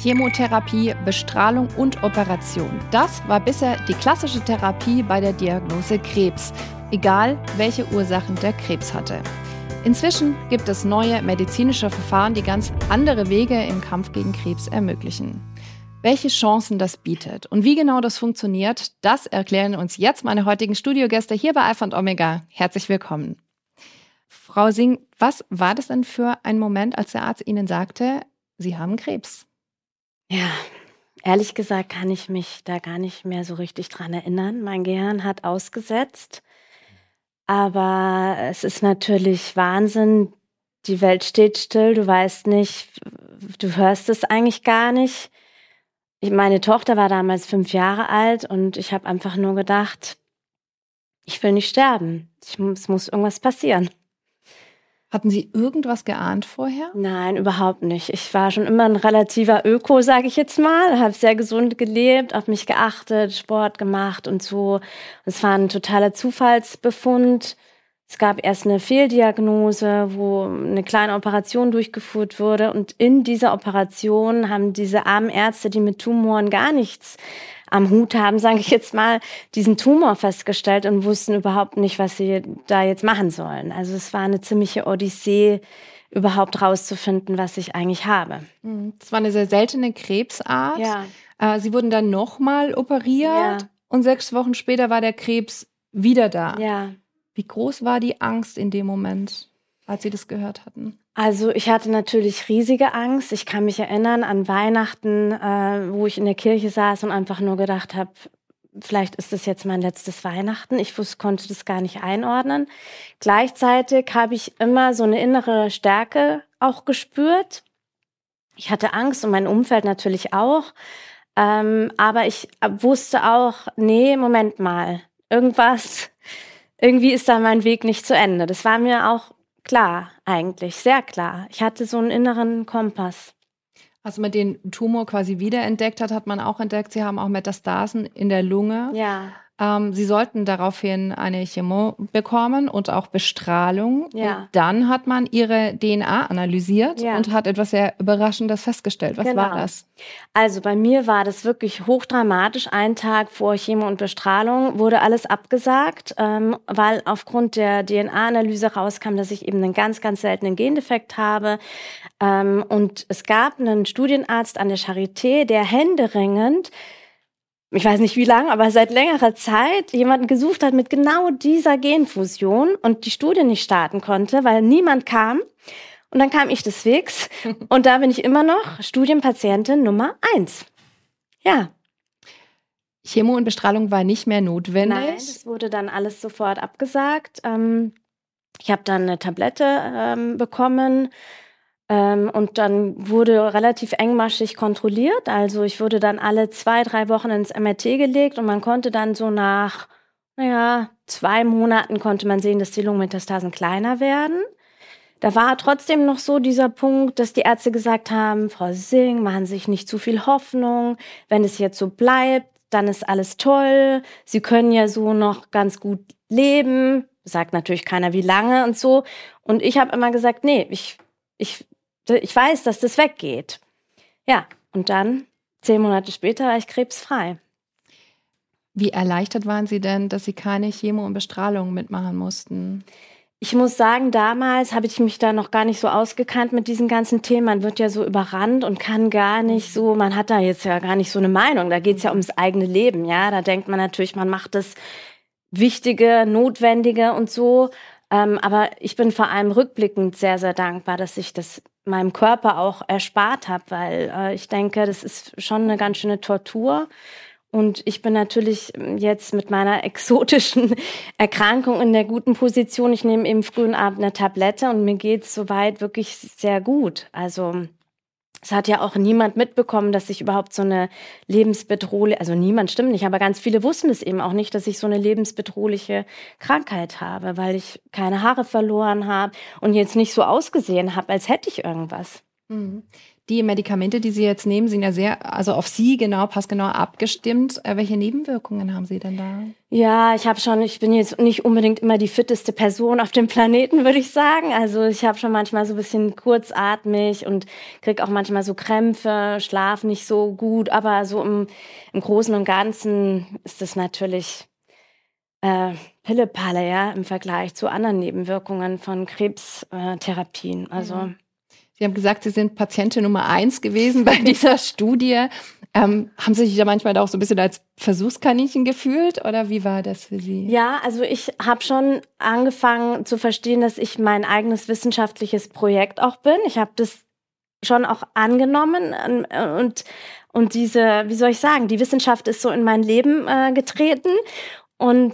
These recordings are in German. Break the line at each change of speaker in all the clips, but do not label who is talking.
Chemotherapie, Bestrahlung und Operation. Das war bisher die klassische Therapie bei der Diagnose Krebs, egal welche Ursachen der Krebs hatte. Inzwischen gibt es neue medizinische Verfahren, die ganz andere Wege im Kampf gegen Krebs ermöglichen. Welche Chancen das bietet und wie genau das funktioniert, das erklären uns jetzt meine heutigen Studiogäste hier bei Alpha und Omega. Herzlich willkommen. Frau Singh, was war das denn für ein Moment, als der Arzt Ihnen sagte, Sie haben Krebs?
Ja, ehrlich gesagt kann ich mich da gar nicht mehr so richtig dran erinnern. Mein Gehirn hat ausgesetzt. Aber es ist natürlich Wahnsinn. Die Welt steht still, du weißt nicht, du hörst es eigentlich gar nicht. Meine Tochter war damals 5 Jahre alt und ich habe einfach nur gedacht, ich will nicht sterben. Es muss irgendwas passieren.
Hatten Sie irgendwas geahnt vorher?
Nein, überhaupt nicht. Ich war schon immer ein relativer Öko, sage ich jetzt mal. Habe sehr gesund gelebt, auf mich geachtet, Sport gemacht und so. Es war ein totaler Zufallsbefund. Es gab erst eine Fehldiagnose, wo eine kleine Operation durchgeführt wurde. Und in dieser Operation haben diese armen Ärzte, die mit Tumoren gar nichts am Hut haben, sage ich jetzt mal, diesen Tumor festgestellt und wussten überhaupt nicht, was sie da jetzt machen sollen. Also es war eine ziemliche Odyssee, überhaupt rauszufinden, was ich eigentlich habe.
Das war eine sehr seltene Krebsart.
Ja.
Sie wurden dann nochmal operiert und 6 Wochen später war der Krebs wieder da.
Ja.
Wie groß war die Angst in dem Moment, als Sie das gehört hatten?
Also ich hatte natürlich riesige Angst. Ich kann mich erinnern an Weihnachten, wo ich in der Kirche saß und einfach nur gedacht habe, vielleicht ist das jetzt mein letztes Weihnachten. Ich konnte das gar nicht einordnen. Gleichzeitig habe ich immer so eine innere Stärke auch gespürt. Ich hatte Angst und mein Umfeld natürlich auch. Aber ich wusste auch, nee, Moment mal, irgendwie ist da mein Weg nicht zu Ende. Das war mir auch klar, eigentlich, sehr klar. Ich hatte so einen inneren Kompass.
Als man den Tumor quasi wiederentdeckt hat, hat man auch entdeckt, Sie haben auch Metastasen in der Lunge.
Ja.
Sie sollten daraufhin eine Chemo bekommen und auch Bestrahlung.
Ja.
Und dann hat man Ihre DNA analysiert und hat etwas sehr Überraschendes festgestellt. Was war das?
Also bei mir war das wirklich hochdramatisch. Einen Tag vor Chemo und Bestrahlung wurde alles abgesagt, weil aufgrund der DNA-Analyse rauskam, dass ich eben einen ganz, ganz seltenen Gendefekt habe. Und es gab einen Studienarzt an der Charité, der händeringend, ich weiß nicht wie lange, aber seit längerer Zeit jemanden gesucht hat mit genau dieser Genfusion und die Studie nicht starten konnte, weil niemand kam. Und dann kam ich des Wegs und da bin ich immer noch Studienpatientin Nummer 1. Ja.
Chemo und Bestrahlung war nicht mehr notwendig?
Nein, das wurde dann alles sofort abgesagt. Ich habe dann eine Tablette bekommen. Und dann wurde relativ engmaschig kontrolliert. Also ich wurde dann alle 2-3 Wochen ins MRT gelegt und man konnte dann so nach, 2 Monaten konnte man sehen, dass die Lungenmetastasen kleiner werden. Da war trotzdem noch so dieser Punkt, dass die Ärzte gesagt haben, Frau Singh, machen Sie sich nicht zu viel Hoffnung. Wenn es jetzt so bleibt, dann ist alles toll. Sie können ja so noch ganz gut leben. Sagt natürlich keiner, wie lange und so. Und ich habe immer gesagt, nee, ich weiß, dass das weggeht. Ja, und dann, 10 Monate später, war ich krebsfrei.
Wie erleichtert waren Sie denn, dass Sie keine Chemo und Bestrahlung mitmachen mussten?
Ich muss sagen, damals habe ich mich da noch gar nicht so ausgekannt mit diesen ganzen Themen. Man wird ja so überrannt und kann gar nicht so, man hat da jetzt ja gar nicht so eine Meinung. Da geht es ja ums eigene Leben, ja. Da denkt man natürlich, man macht das Wichtige, Notwendige und so. Aber ich bin vor allem rückblickend sehr, sehr dankbar, dass ich das meinem Körper auch erspart habe, weil ich denke, das ist schon eine ganz schöne Tortur. Und ich bin natürlich jetzt mit meiner exotischen Erkrankung in der guten Position. Ich nehme eben frühen Abend eine Tablette und mir geht's soweit wirklich sehr gut. Also es hat ja auch niemand mitbekommen, dass ich überhaupt so eine lebensbedrohliche, also niemand stimmt nicht, aber ganz viele wussten es eben auch nicht, dass ich so eine lebensbedrohliche Krankheit habe, weil ich keine Haare verloren habe und jetzt nicht so ausgesehen habe, als hätte ich irgendwas.
Mhm. Die Medikamente, die Sie jetzt nehmen, sind ja sehr, also auf Sie genau, passgenau abgestimmt. Welche Nebenwirkungen haben Sie denn da?
Ja, ich bin jetzt nicht unbedingt immer die fitteste Person auf dem Planeten, würde ich sagen. Also ich habe schon manchmal so ein bisschen kurzatmig und kriege auch manchmal so Krämpfe, schlaf nicht so gut. Aber so im Großen und Ganzen ist es natürlich Pille-Palle, ja, im Vergleich zu anderen Nebenwirkungen von Krebstherapien. Also
Sie haben gesagt, Sie sind Patientin Nummer 1 gewesen bei dieser Studie. Haben Sie sich da manchmal auch so ein bisschen als Versuchskaninchen gefühlt oder wie war das für Sie?
ja, also ich habe schon angefangen zu verstehen, dass ich mein eigenes wissenschaftliches Projekt auch bin. Ich habe das schon auch angenommen und diese, wie soll ich sagen, die Wissenschaft ist so in mein Leben getreten und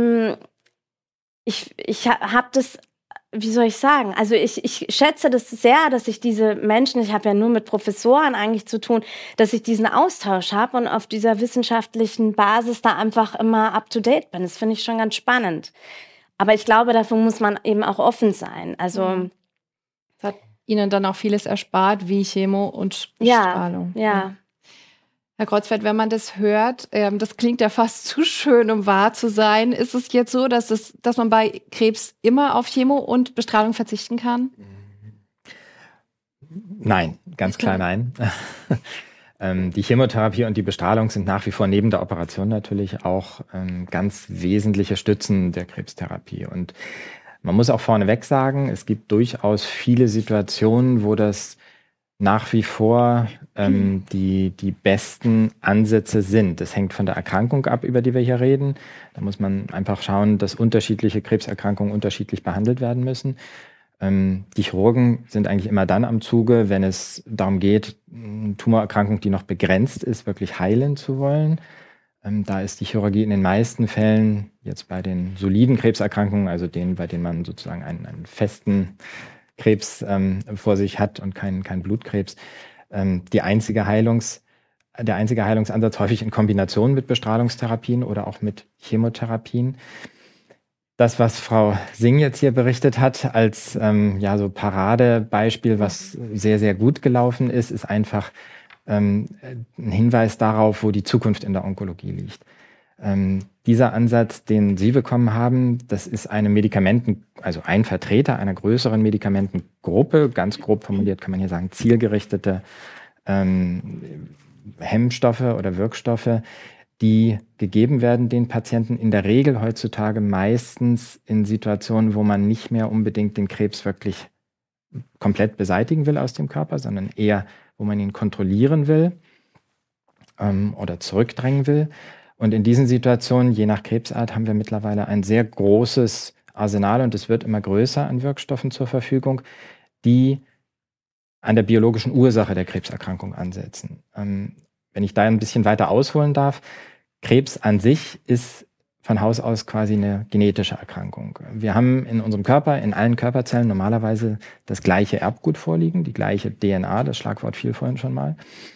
ich habe das, wie soll ich sagen, also ich schätze das sehr, dass ich diese Menschen, ich habe ja nur mit Professoren eigentlich zu tun, dass ich diesen Austausch habe und auf dieser wissenschaftlichen Basis da einfach immer up-to-date bin. Das finde ich schon ganz spannend. Aber ich glaube, dafür muss man eben auch offen sein. Also
das hat Ihnen dann auch vieles erspart, wie Chemo und Bestrahlung.
Ja.
Herr Kreuzfeld, wenn man das hört, das klingt ja fast zu schön, um wahr zu sein. Ist es jetzt so, dass man bei Krebs immer auf Chemo und Bestrahlung verzichten kann?
Nein, ganz klar nein. Die Chemotherapie und die Bestrahlung sind nach wie vor neben der Operation natürlich auch ganz wesentliche Stützen der Krebstherapie. Und man muss auch vorneweg sagen, es gibt durchaus viele Situationen, wo das nach wie vor die besten Ansätze sind. Das hängt von der Erkrankung ab, über die wir hier reden. Da muss man einfach schauen, dass unterschiedliche Krebserkrankungen unterschiedlich behandelt werden müssen. Die Chirurgen sind eigentlich immer dann am Zuge, wenn es darum geht, eine Tumorerkrankung, die noch begrenzt ist, wirklich heilen zu wollen. Da ist die Chirurgie in den meisten Fällen, jetzt bei den soliden Krebserkrankungen, also denen, bei denen man sozusagen einen festen Krebs vor sich hat und kein Blutkrebs, der einzige Heilungsansatz, häufig in Kombination mit Bestrahlungstherapien oder auch mit Chemotherapien. Das, was Frau Singh jetzt hier berichtet hat, als so Paradebeispiel, was sehr, sehr gut gelaufen ist, ist einfach ein Hinweis darauf, wo die Zukunft in der Onkologie liegt. Dieser Ansatz, den Sie bekommen haben, das ist eine also ein Vertreter einer größeren Medikamentengruppe, ganz grob formuliert kann man hier sagen, zielgerichtete Hemmstoffe oder Wirkstoffe, die gegeben werden den Patienten in der Regel heutzutage meistens in Situationen, wo man nicht mehr unbedingt den Krebs wirklich komplett beseitigen will aus dem Körper, sondern eher, wo man ihn kontrollieren will oder zurückdrängen will. Und in diesen Situationen, je nach Krebsart, haben wir mittlerweile ein sehr großes Arsenal und es wird immer größer an Wirkstoffen zur Verfügung, die an der biologischen Ursache der Krebserkrankung ansetzen. Wenn ich da ein bisschen weiter ausholen darf, Krebs an sich ist von Haus aus quasi eine genetische Erkrankung. Wir haben in unserem Körper, in allen Körperzellen normalerweise das gleiche Erbgut vorliegen, die gleiche DNA, das Schlagwort fiel vorhin schon mal.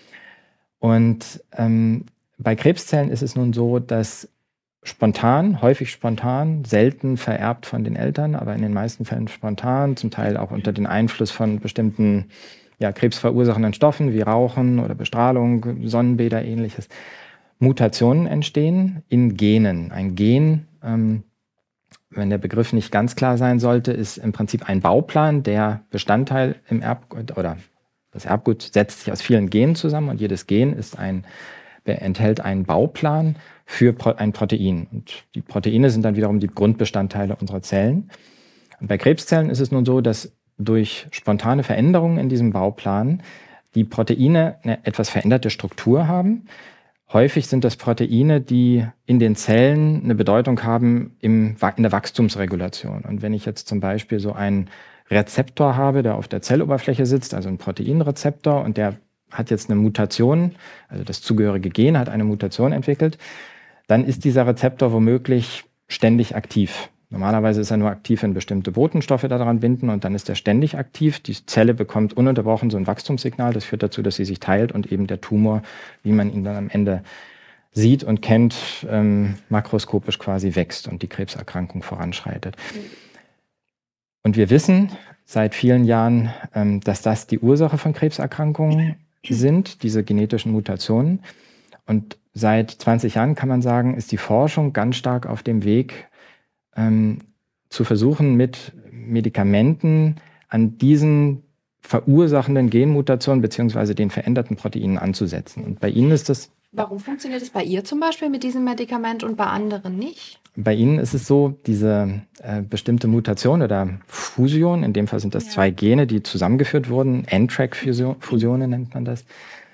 Und bei Krebszellen ist es nun so, dass häufig spontan, selten vererbt von den Eltern, aber in den meisten Fällen spontan, zum Teil auch unter den Einfluss von bestimmten krebsverursachenden Stoffen wie Rauchen oder Bestrahlung, Sonnenbäder, ähnliches, Mutationen entstehen in Genen. Ein Gen, wenn der Begriff nicht ganz klar sein sollte, ist im Prinzip ein Bauplan, der Bestandteil im Erbgut oder das Erbgut setzt sich aus vielen Genen zusammen und jedes Gen enthält einen Bauplan für ein Protein. Und die Proteine sind dann wiederum die Grundbestandteile unserer Zellen. Und bei Krebszellen ist es nun so, dass durch spontane Veränderungen in diesem Bauplan die Proteine eine etwas veränderte Struktur haben. Häufig sind das Proteine, die in den Zellen eine Bedeutung haben in der Wachstumsregulation. Und wenn ich jetzt zum Beispiel so einen Rezeptor habe, der auf der Zelloberfläche sitzt, also ein Proteinrezeptor, und der hat jetzt eine Mutation, also das zugehörige Gen hat eine Mutation entwickelt, dann ist dieser Rezeptor womöglich ständig aktiv. Normalerweise ist er nur aktiv, wenn bestimmte Botenstoffe daran binden und dann ist er ständig aktiv. Die Zelle bekommt ununterbrochen so ein Wachstumssignal, das führt dazu, dass sie sich teilt und eben der Tumor, wie man ihn dann am Ende sieht und kennt, makroskopisch quasi wächst und die Krebserkrankung voranschreitet. Und wir wissen seit vielen Jahren, dass das die Ursache von Krebserkrankungen sind, diese genetischen Mutationen. Und seit 20 Jahren kann man sagen, ist die Forschung ganz stark auf dem Weg, zu versuchen, mit Medikamenten an diesen verursachenden Genmutationen beziehungsweise den veränderten Proteinen anzusetzen. Und bei Ihnen ist das...
Warum funktioniert es bei ihr zum Beispiel mit diesem Medikament und bei anderen nicht?
Bei Ihnen ist es so, diese bestimmte Mutation oder Fusion, in dem Fall sind das 2 Gene, die zusammengeführt wurden, NTRK-Fusionen nennt man das,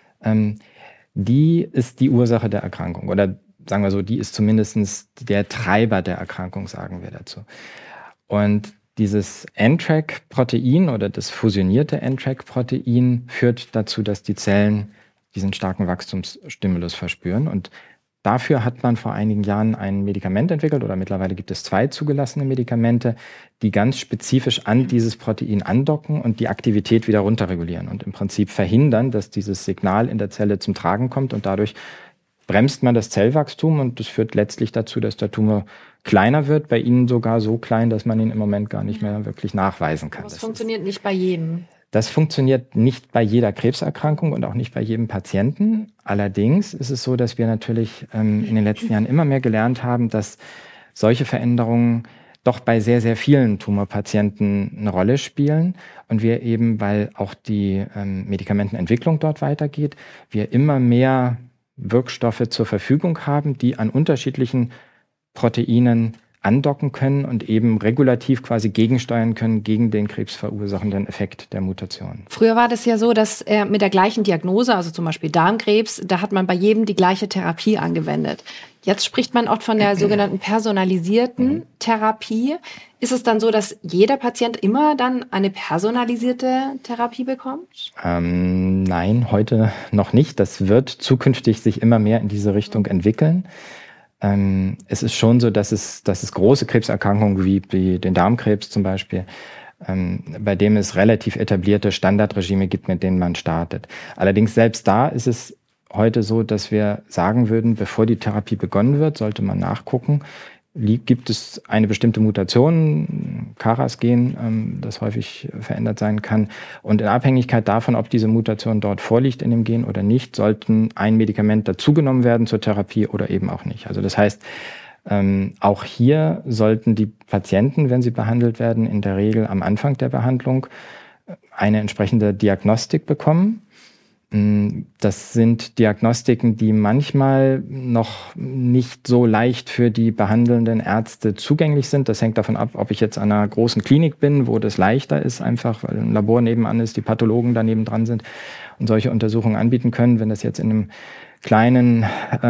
die ist die Ursache der Erkrankung. Oder sagen wir so, die ist zumindest der Treiber der Erkrankung, sagen wir dazu. Und dieses NTRK-Protein oder das fusionierte NTRK-Protein führt dazu, dass die Zellen diesen starken Wachstumsstimulus verspüren. Und dafür hat man vor einigen Jahren ein Medikament entwickelt oder mittlerweile gibt es 2 zugelassene Medikamente, die ganz spezifisch an dieses Protein andocken und die Aktivität wieder runterregulieren und im Prinzip verhindern, dass dieses Signal in der Zelle zum Tragen kommt und dadurch bremst man das Zellwachstum und das führt letztlich dazu, dass der Tumor kleiner wird, bei Ihnen sogar so klein, dass man ihn im Moment gar nicht mehr wirklich nachweisen kann.
Das funktioniert nicht bei jedem.
Das funktioniert nicht bei jeder Krebserkrankung und auch nicht bei jedem Patienten. Allerdings ist es so, dass wir natürlich in den letzten Jahren immer mehr gelernt haben, dass solche Veränderungen doch bei sehr, sehr vielen Tumorpatienten eine Rolle spielen. Und wir eben, weil auch die Medikamentenentwicklung dort weitergeht, wir immer mehr Wirkstoffe zur Verfügung haben, die an unterschiedlichen Proteinen andocken können und eben regulativ quasi gegensteuern können gegen den krebsverursachenden Effekt der Mutation.
Früher war das ja so, dass mit der gleichen Diagnose, also zum Beispiel Darmkrebs, da hat man bei jedem die gleiche Therapie angewendet. Jetzt spricht man oft von der sogenannten personalisierten Therapie. Ist es dann so, dass jeder Patient immer dann eine personalisierte Therapie bekommt?
Nein, heute noch nicht. Das wird zukünftig sich immer mehr in diese Richtung entwickeln. Es ist schon so, dass es große Krebserkrankungen wie den Darmkrebs zum Beispiel, bei dem es relativ etablierte Standardregime gibt, mit denen man startet. Allerdings selbst da ist es heute so, dass wir sagen würden, bevor die Therapie begonnen wird, sollte man nachgucken, gibt es eine bestimmte Mutation, KRAS-Gen, das häufig verändert sein kann. Und in Abhängigkeit davon, ob diese Mutation dort vorliegt in dem Gen oder nicht, sollten ein Medikament dazugenommen werden zur Therapie oder eben auch nicht. Also das heißt, auch hier sollten die Patienten, wenn sie behandelt werden, in der Regel am Anfang der Behandlung eine entsprechende Diagnostik bekommen. Das sind Diagnostiken, die manchmal noch nicht so leicht für die behandelnden Ärzte zugänglich sind. Das hängt davon ab, ob ich jetzt an einer großen Klinik bin, wo das leichter ist, einfach weil ein Labor nebenan ist, die Pathologen daneben dran sind und solche Untersuchungen anbieten können. Wenn das jetzt in einem kleinen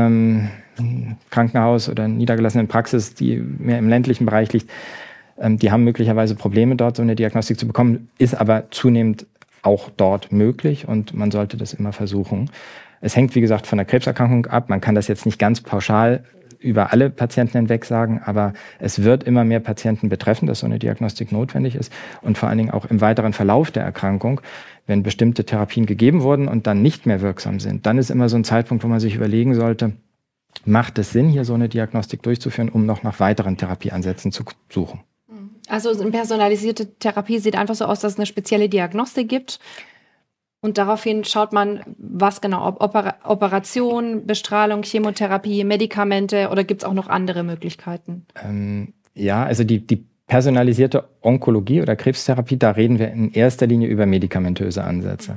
Krankenhaus oder niedergelassenen Praxis, die mehr im ländlichen Bereich liegt, die haben möglicherweise Probleme, dort so eine Diagnostik zu bekommen, ist aber zunehmend auch dort möglich und man sollte das immer versuchen. Es hängt, wie gesagt, von der Krebserkrankung ab. Man kann das jetzt nicht ganz pauschal über alle Patienten hinweg sagen, aber es wird immer mehr Patienten betreffen, dass so eine Diagnostik notwendig ist und vor allen Dingen auch im weiteren Verlauf der Erkrankung, wenn bestimmte Therapien gegeben wurden und dann nicht mehr wirksam sind, dann ist immer so ein Zeitpunkt, wo man sich überlegen sollte, macht es Sinn, hier so eine Diagnostik durchzuführen, um noch nach weiteren Therapieansätzen zu suchen.
Also eine personalisierte Therapie sieht einfach so aus, dass es eine spezielle Diagnostik gibt und daraufhin schaut man, was genau, ob Operation, Bestrahlung, Chemotherapie, Medikamente oder gibt es auch noch andere Möglichkeiten?
Ja, also die personalisierte Onkologie oder Krebstherapie, da reden wir in erster Linie über medikamentöse Ansätze.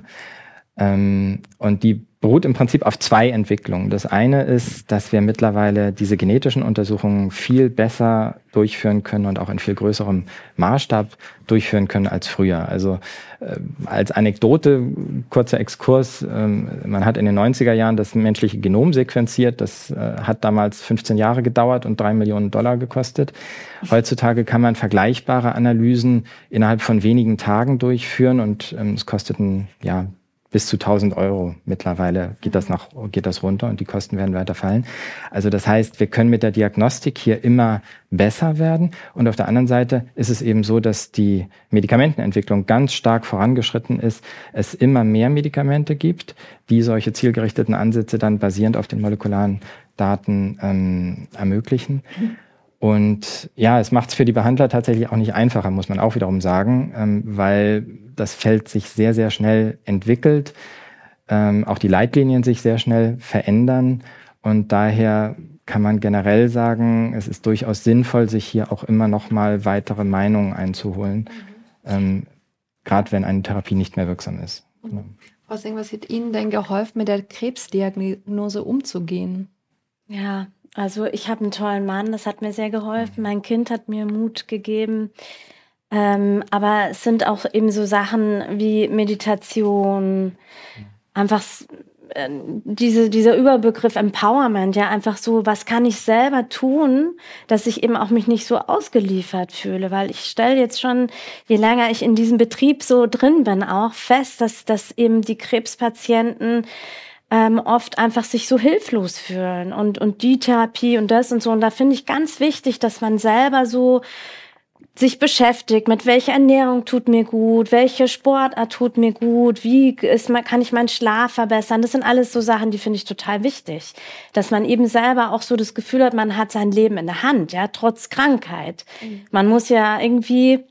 Und die beruht im Prinzip auf 2 Entwicklungen. Das eine ist, dass wir mittlerweile diese genetischen Untersuchungen viel besser durchführen können und auch in viel größerem Maßstab durchführen können als früher. Also als Anekdote, kurzer Exkurs, man hat in den 90er Jahren das menschliche Genom sequenziert. Das hat damals 15 Jahre gedauert und $3 Millionen gekostet. Heutzutage kann man vergleichbare Analysen innerhalb von wenigen Tagen durchführen und es kosteten bis zu 1.000 € mittlerweile geht das runter und die Kosten werden weiter fallen. Also das heißt, wir können mit der Diagnostik hier immer besser werden. Und auf der anderen Seite ist es eben so, dass die Medikamentenentwicklung ganz stark vorangeschritten ist. Es immer mehr Medikamente gibt, die solche zielgerichteten Ansätze dann basierend auf den molekularen Daten ermöglichen. Und ja, es macht es für die Behandler tatsächlich auch nicht einfacher, muss man auch wiederum sagen, weil das Feld sich sehr, sehr schnell entwickelt, auch die Leitlinien sich sehr schnell verändern. Und daher kann man generell sagen, es ist durchaus sinnvoll, sich hier auch immer noch mal weitere Meinungen einzuholen, gerade wenn eine Therapie nicht mehr wirksam ist.
Frau Singh, was hat Ihnen denn geholfen, mit der Krebsdiagnose umzugehen?
Ja, also ich habe einen tollen Mann, das hat mir sehr geholfen. Mein Kind hat mir Mut gegeben. Aber es sind auch eben so Sachen wie Meditation, einfach dieser Überbegriff Empowerment, ja, einfach so, was kann ich selber tun, dass ich eben auch mich nicht so ausgeliefert fühle, weil ich stelle jetzt schon, je länger ich in diesem Betrieb so drin bin, auch fest, dass eben die Krebspatienten oft einfach sich so hilflos fühlen und die Therapie und das und so. Und da finde ich ganz wichtig, dass man selber so sich beschäftigt, mit welcher Ernährung tut mir gut, welche Sportart tut mir gut, kann ich meinen Schlaf verbessern. Das sind alles so Sachen, die finde ich total wichtig. Dass man eben selber auch so das Gefühl hat, man hat sein Leben in der Hand, ja, trotz Krankheit. Man muss ja irgendwie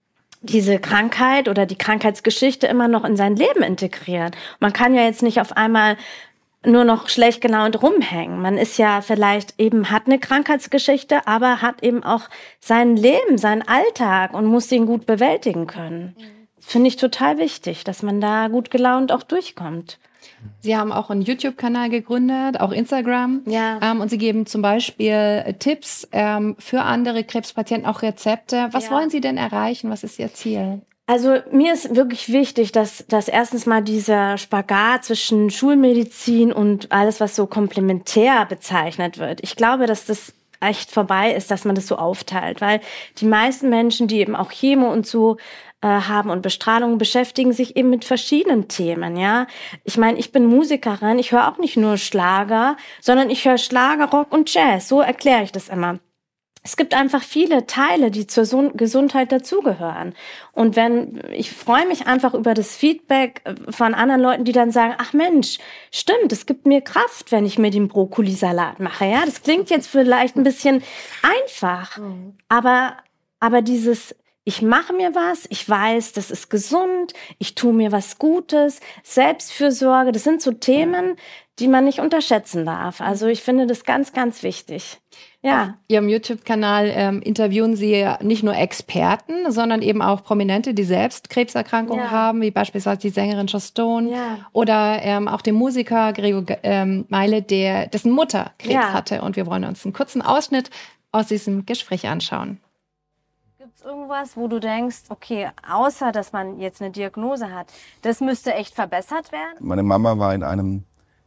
diese Krankheit oder die Krankheitsgeschichte immer noch in sein Leben integrieren. Man kann ja jetzt nicht auf einmal nur noch schlecht gelaunt rumhängen. Man ist ja vielleicht eben, hat eine Krankheitsgeschichte, aber hat eben auch sein Leben, seinen Alltag und muss den gut bewältigen können. Finde ich total wichtig, dass man da gut gelaunt auch durchkommt.
Sie haben auch einen YouTube-Kanal gegründet, auch Instagram.
Ja.
Und Sie geben zum Beispiel Tipps für andere Krebspatienten, auch Rezepte. Was wollen Sie denn erreichen? Was ist Ihr Ziel?
Also mir ist wirklich wichtig, dass erstens mal dieser Spagat zwischen Schulmedizin und alles, was so komplementär bezeichnet wird. Ich glaube, dass das echt vorbei ist, dass man das so aufteilt, weil die meisten Menschen, die eben auch Chemo und so haben und Bestrahlung, beschäftigen sich eben mit verschiedenen Themen, ja. Ich meine, ich bin Musikerin, ich höre auch nicht nur Schlager, sondern ich höre Schlager, Rock und Jazz. So erkläre ich das immer. Es gibt einfach viele Teile, die zur Gesundheit dazugehören. Und ich freue mich einfach über das Feedback von anderen Leuten, die dann sagen, ach Mensch, stimmt, es gibt mir Kraft, wenn ich mir den Brokkolisalat mache. Ja, das klingt jetzt vielleicht ein bisschen einfach, aber dieses, ich mache mir was, ich weiß, das ist gesund, ich tue mir was Gutes, Selbstfürsorge, das sind so Themen, die man nicht unterschätzen darf. Also ich finde das ganz, ganz wichtig. Ja.
Auf Ihrem YouTube-Kanal interviewen Sie nicht nur Experten, sondern eben auch Prominente, die selbst Krebserkrankungen haben, wie beispielsweise die Sängerin Joss Stone oder auch den Musiker Gregor Meile, dessen Mutter Krebs hatte. Und wir wollen uns einen kurzen Ausschnitt aus diesem Gespräch anschauen.
Gibt es irgendwas, wo du denkst, okay, außer dass man jetzt eine Diagnose hat, das müsste echt verbessert werden?
Meine Mama war in einem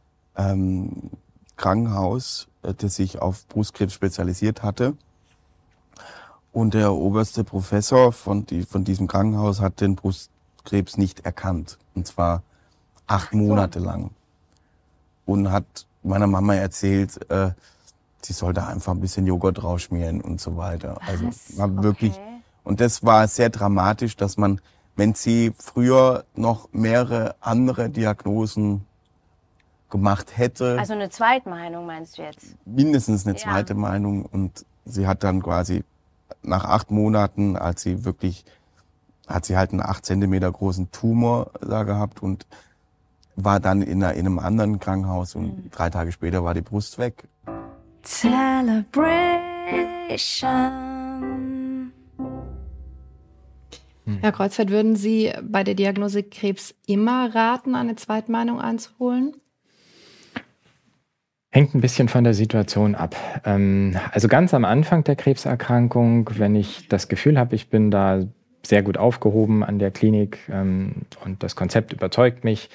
Krankenhaus, das sich auf Brustkrebs spezialisiert hatte. Und der oberste Professor von diesem Krankenhaus hat den Brustkrebs nicht erkannt. Und zwar 8 Monate lang. Und hat meiner Mama erzählt, sie sollte einfach ein bisschen Joghurt draufschmieren und so weiter. Also war wirklich. Und das war sehr dramatisch, dass man, wenn sie früher noch mehrere andere Diagnosen gemacht hätte.
Also eine Zweitmeinung meinst du jetzt?
Mindestens eine zweite Meinung. Und sie hat dann quasi nach 8 Monaten, hat sie halt einen 8 Zentimeter großen Tumor da gehabt und war dann in einem anderen Krankenhaus und 3 Tage später war die Brust weg.
Celebration.
Herr Kreuzfeld, würden Sie bei der Diagnose Krebs immer raten, eine Zweitmeinung einzuholen?
Hängt ein bisschen von der Situation ab. Also ganz am Anfang der Krebserkrankung, wenn ich das Gefühl habe, ich bin da sehr gut aufgehoben an der Klinik und das Konzept überzeugt mich,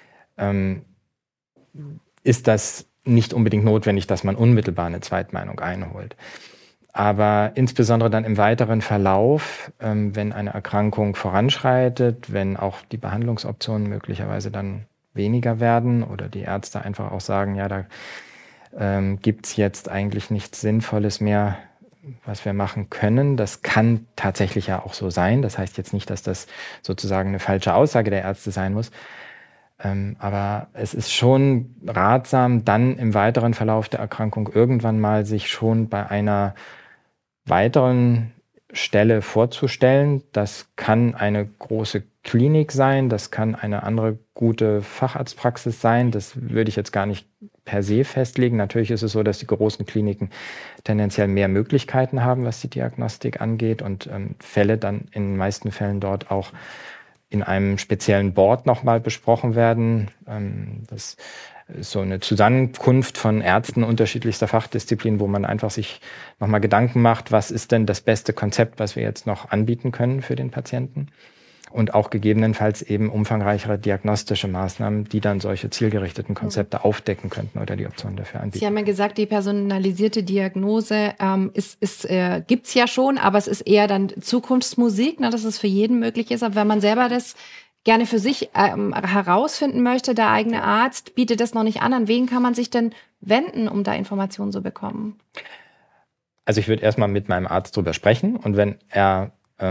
ist das nicht unbedingt notwendig, dass man unmittelbar eine Zweitmeinung einholt. Aber insbesondere dann im weiteren Verlauf, wenn eine Erkrankung voranschreitet, wenn auch die Behandlungsoptionen möglicherweise dann weniger werden oder die Ärzte einfach auch sagen, ja, da gibt's jetzt eigentlich nichts Sinnvolles mehr, was wir machen können. Das kann tatsächlich ja auch so sein. Das heißt jetzt nicht, dass das sozusagen eine falsche Aussage der Ärzte sein muss. Aber es ist schon ratsam, dann im weiteren Verlauf der Erkrankung irgendwann mal sich schon bei einer weiteren Stelle vorzustellen. Das kann eine große Klinik sein, das kann eine andere gute Facharztpraxis sein. Das würde ich jetzt gar nicht per se festlegen. Natürlich ist es so, dass die großen Kliniken tendenziell mehr Möglichkeiten haben, was die Diagnostik angeht und Fälle dann in den meisten Fällen dort auch in einem speziellen Board nochmal besprochen werden. Das ist so eine Zusammenkunft von Ärzten unterschiedlichster Fachdisziplinen, wo man einfach sich nochmal Gedanken macht, was ist denn das beste Konzept, was wir jetzt noch anbieten können für den Patienten. Und auch gegebenenfalls eben umfangreichere diagnostische Maßnahmen, die dann solche zielgerichteten Konzepte aufdecken könnten oder die Optionen dafür anbieten.
Sie haben ja gesagt, die personalisierte Diagnose gibt's ja schon, aber es ist eher dann Zukunftsmusik, ne, dass es für jeden möglich ist. Aber wenn man selber das gerne für sich herausfinden möchte, der eigene Arzt bietet das noch nicht an wen kann man sich denn wenden, um da Informationen zu bekommen?
Also ich würde erstmal mit meinem Arzt drüber sprechen und wenn er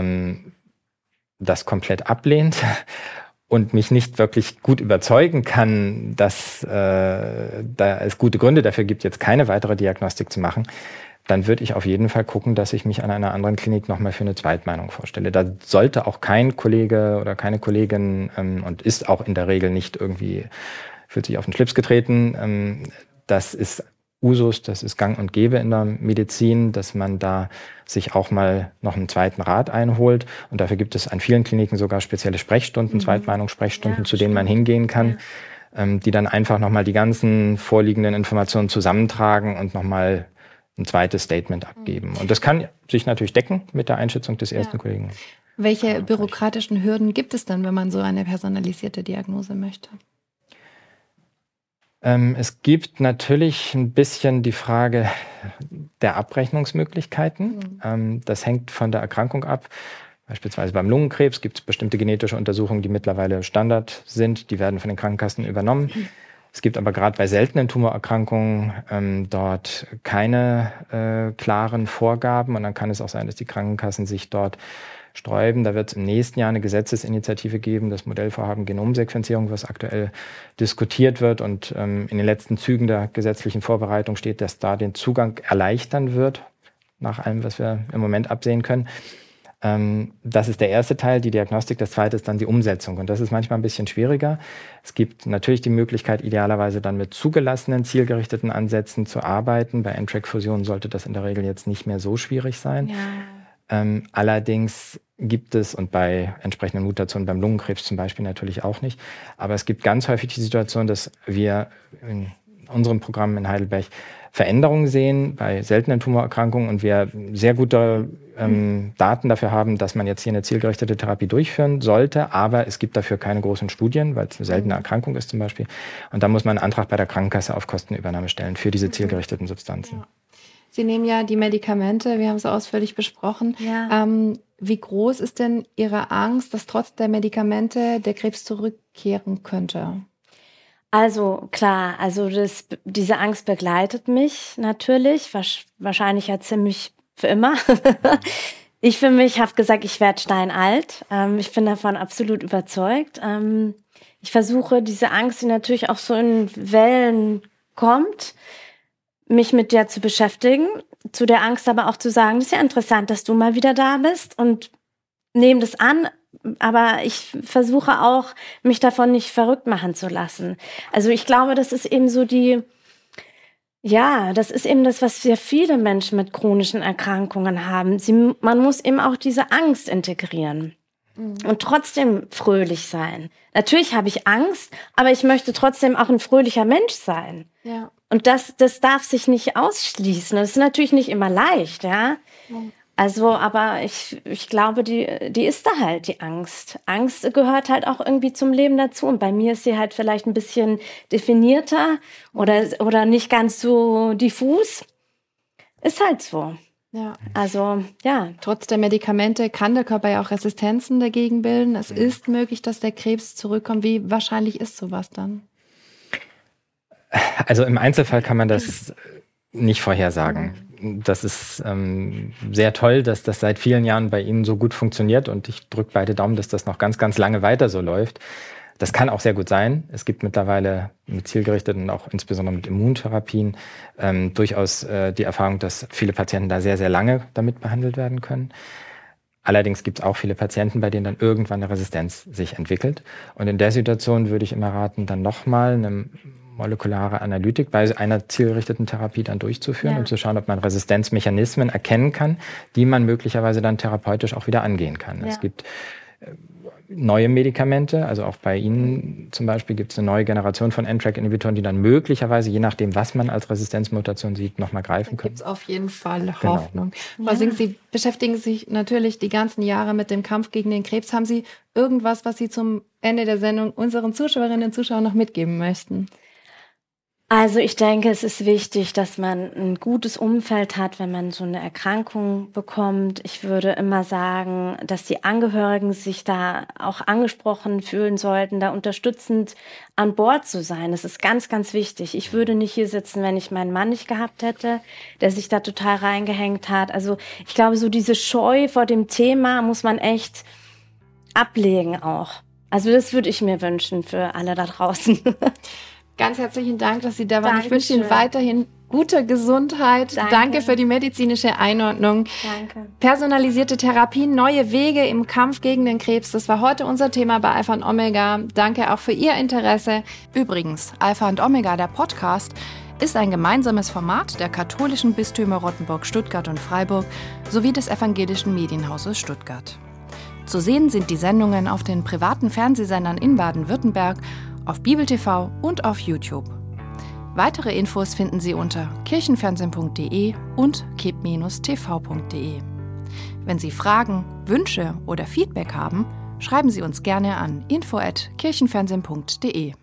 das komplett ablehnt und mich nicht wirklich gut überzeugen kann, dass da es gute Gründe dafür gibt, jetzt keine weitere Diagnostik zu machen, dann würde ich auf jeden Fall gucken, dass ich mich an einer anderen Klinik nochmal für eine Zweitmeinung vorstelle. Da sollte auch kein Kollege oder keine Kollegin und ist auch in der Regel nicht irgendwie, fühlt sich auf den Schlips getreten. Das ist Usus, das ist gang und gäbe in der Medizin, dass man da sich auch mal noch einen zweiten Rat einholt. Und dafür gibt es an vielen Kliniken sogar spezielle Sprechstunden, Zweitmeinungssprechstunden, zu denen man hingehen kann, die dann einfach nochmal die ganzen vorliegenden Informationen zusammentragen und nochmal ein zweites Statement abgeben. Und das kann sich natürlich decken mit der Einschätzung des ersten Kollegen.
Welche bürokratischen Hürden gibt es denn, wenn man so eine personalisierte Diagnose möchte?
Es gibt natürlich ein bisschen die Frage der Abrechnungsmöglichkeiten. Das hängt von der Erkrankung ab. Beispielsweise beim Lungenkrebs gibt es bestimmte genetische Untersuchungen, die mittlerweile Standard sind. Die werden von den Krankenkassen übernommen. Es gibt aber gerade bei seltenen Tumorerkrankungen dort keine klaren Vorgaben. Und dann kann es auch sein, dass die Krankenkassen sich dort sträuben. Da wird es im nächsten Jahr eine Gesetzesinitiative geben, das Modellvorhaben Genomsequenzierung, was aktuell diskutiert wird und in den letzten Zügen der gesetzlichen Vorbereitung steht, dass da den Zugang erleichtern wird, nach allem, was wir im Moment absehen können. Das ist der erste Teil, die Diagnostik. Das zweite ist dann die Umsetzung. Und das ist manchmal ein bisschen schwieriger. Es gibt natürlich die Möglichkeit, idealerweise dann mit zugelassenen, zielgerichteten Ansätzen zu arbeiten. Bei NTRK-Fusionen sollte das in der Regel jetzt nicht mehr so schwierig sein. Ja. Allerdings gibt es, und bei entsprechenden Mutationen beim Lungenkrebs zum Beispiel natürlich auch nicht, aber es gibt ganz häufig die Situation, dass wir in unserem Programm in Heidelberg Veränderungen sehen bei seltenen Tumorerkrankungen und wir sehr gute Daten dafür haben, dass man jetzt hier eine zielgerichtete Therapie durchführen sollte, aber es gibt dafür keine großen Studien, weil es eine seltene Erkrankung ist zum Beispiel. Und da muss man einen Antrag bei der Krankenkasse auf Kostenübernahme stellen für diese zielgerichteten Substanzen. Ja.
Sie nehmen ja die Medikamente, wir haben es ausführlich besprochen. Ja. Wie groß ist denn Ihre Angst, dass trotz der Medikamente der Krebs zurückkehren könnte?
Also klar, diese Angst begleitet mich natürlich, wahrscheinlich ja ziemlich für immer. Ich für mich habe gesagt, ich werde steinalt. Ich bin davon absolut überzeugt. Ich versuche diese Angst, die natürlich auch so in Wellen kommt, mich mit der zu beschäftigen, zu der Angst aber auch zu sagen, das ist ja interessant, dass du mal wieder da bist und nehme das an, aber ich versuche auch, mich davon nicht verrückt machen zu lassen. Also ich glaube, das ist eben so das ist eben das, was sehr viele Menschen mit chronischen Erkrankungen haben. Man muss eben auch diese Angst integrieren und trotzdem fröhlich sein. Natürlich habe ich Angst, aber ich möchte trotzdem auch ein fröhlicher Mensch sein. Ja. Und das darf sich nicht ausschließen. Das ist natürlich nicht immer leicht, ja. Also, aber ich glaube, die ist da halt, die Angst. Angst gehört halt auch irgendwie zum Leben dazu. Und bei mir ist sie halt vielleicht ein bisschen definierter oder nicht ganz so diffus. Ist halt so.
Ja.
Also, ja.
Trotz der Medikamente kann der Körper ja auch Resistenzen dagegen bilden. Es ist möglich, dass der Krebs zurückkommt. Wie wahrscheinlich ist sowas dann?
Also im Einzelfall kann man das nicht vorhersagen. Das ist sehr toll, dass das seit vielen Jahren bei Ihnen so gut funktioniert und ich drücke beide Daumen, dass das noch ganz, ganz lange weiter so läuft. Das kann auch sehr gut sein. Es gibt mittlerweile mit zielgerichteten und auch insbesondere mit Immuntherapien durchaus die Erfahrung, dass viele Patienten da sehr, sehr lange damit behandelt werden können. Allerdings gibt es auch viele Patienten, bei denen dann irgendwann eine Resistenz sich entwickelt. Und in der Situation würde ich immer raten, dann nochmal eine molekulare Analytik bei einer zielgerichteten Therapie dann durchzuführen, um zu schauen, ob man Resistenzmechanismen erkennen kann, die man möglicherweise dann therapeutisch auch wieder angehen kann. Ja. Es gibt neue Medikamente, also auch bei Ihnen zum Beispiel gibt es eine neue Generation von NTRK-Inhibitoren, die dann möglicherweise, je nachdem, was man als Resistenzmutation sieht, nochmal greifen können.
Da gibt es auf jeden Fall Hoffnung. Genau. Frau Sink, Sie beschäftigen sich natürlich die ganzen Jahre mit dem Kampf gegen den Krebs. Haben Sie irgendwas, was Sie zum Ende der Sendung unseren Zuschauerinnen und Zuschauern noch mitgeben möchten?
Also ich denke, es ist wichtig, dass man ein gutes Umfeld hat, wenn man so eine Erkrankung bekommt. Ich würde immer sagen, dass die Angehörigen sich da auch angesprochen fühlen sollten, da unterstützend an Bord zu sein. Das ist ganz, ganz wichtig. Ich würde nicht hier sitzen, wenn ich meinen Mann nicht gehabt hätte, der sich da total reingehängt hat. Also ich glaube, so diese Scheu vor dem Thema muss man echt ablegen auch. Also das würde ich mir wünschen für alle da draußen.
Ganz herzlichen Dank, dass Sie da waren. Ich wünsche Ihnen weiterhin gute Gesundheit. Danke für die medizinische Einordnung.
Danke.
Personalisierte Therapien, neue Wege im Kampf gegen den Krebs. Das war heute unser Thema bei Alpha und Omega. Danke auch für Ihr Interesse. Übrigens, Alpha und Omega, der Podcast, ist ein gemeinsames Format der katholischen Bistümer Rottenburg, Stuttgart und Freiburg sowie des evangelischen Medienhauses Stuttgart. Zu sehen sind die Sendungen auf den privaten Fernsehsendern in Baden-Württemberg, auf Bibel TV und auf YouTube. Weitere Infos finden Sie unter kirchenfernsehen.de und kip-tv.de. Wenn Sie Fragen, Wünsche oder Feedback haben, schreiben Sie uns gerne an info@kirchenfernsehen.de.